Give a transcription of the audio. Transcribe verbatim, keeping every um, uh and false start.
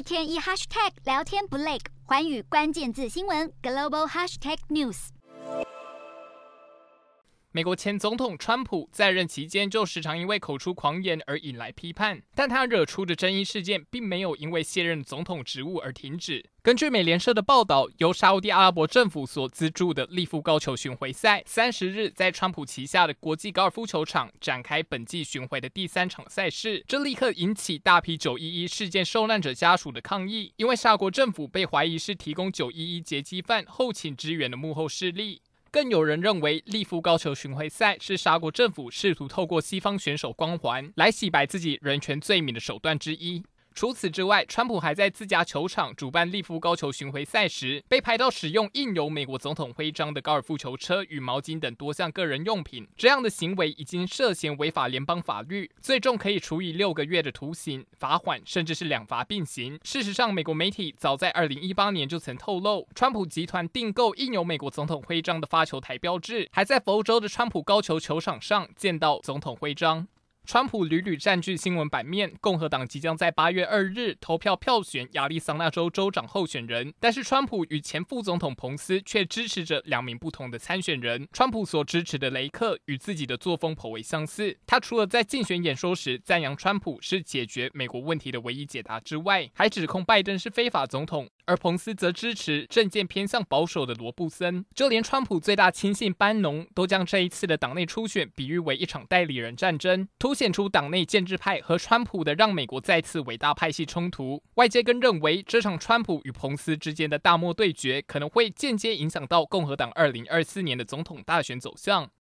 天一 hashtag 聊天不累，寰宇关键字新闻 global hashtag news。 美国前总统川普在任期间就时常因为口出狂言而引来批判，但他惹出的争议事件并没有因为卸任总统职务而停止。根据美联社的报道，由沙烏地阿拉伯政府所资助的利夫高球巡回赛，三十日在川普旗下的国际高尔夫球场展开本季巡回的第三场赛事，这立刻引起大批九一一事件受难者家属的抗议，因为沙国政府被怀疑是提供九一一劫机犯后勤支援的幕后势力。更有人认为，利夫高球巡回赛是沙国政府试图透过西方选手光环来洗白自己人权罪名的手段之一。除此之外，川普还在自家球场主办利夫高球巡回赛时，被拍到使用印有美国总统徽章的高尔夫球车与毛巾等多项个人用品。这样的行为已经涉嫌违反联邦法律，最重可以处以六个月的徒刑、罚款，甚至是两罚并行。事实上，美国媒体早在二零一八年就曾透露，川普集团订购印有美国总统徽章的发球台标志，还在佛州的川普高球球场上见到总统徽章。川普屡屡占据新闻版面，共和党即将在八月二日投票票选亚利桑那州州长候选人，但是川普与前副总统彭斯却支持着两名不同的参选人。川普所支持的雷克与自己的作风颇为相似，他除了在竞选演说时赞扬川普是解决美国问题的唯一解答之外，还指控拜登是非法总统，而彭斯则支持政见偏向保守的罗布森。就连川普最大亲信班农都将这一次的党内初选比喻为一场代理人战争，凸显出党内建制派和川普的让美国再次伟大派系冲突。外界更认为，这场川普与彭斯之间的大漠对决可能会间接影响到共和党二零二四年的总统大选走向。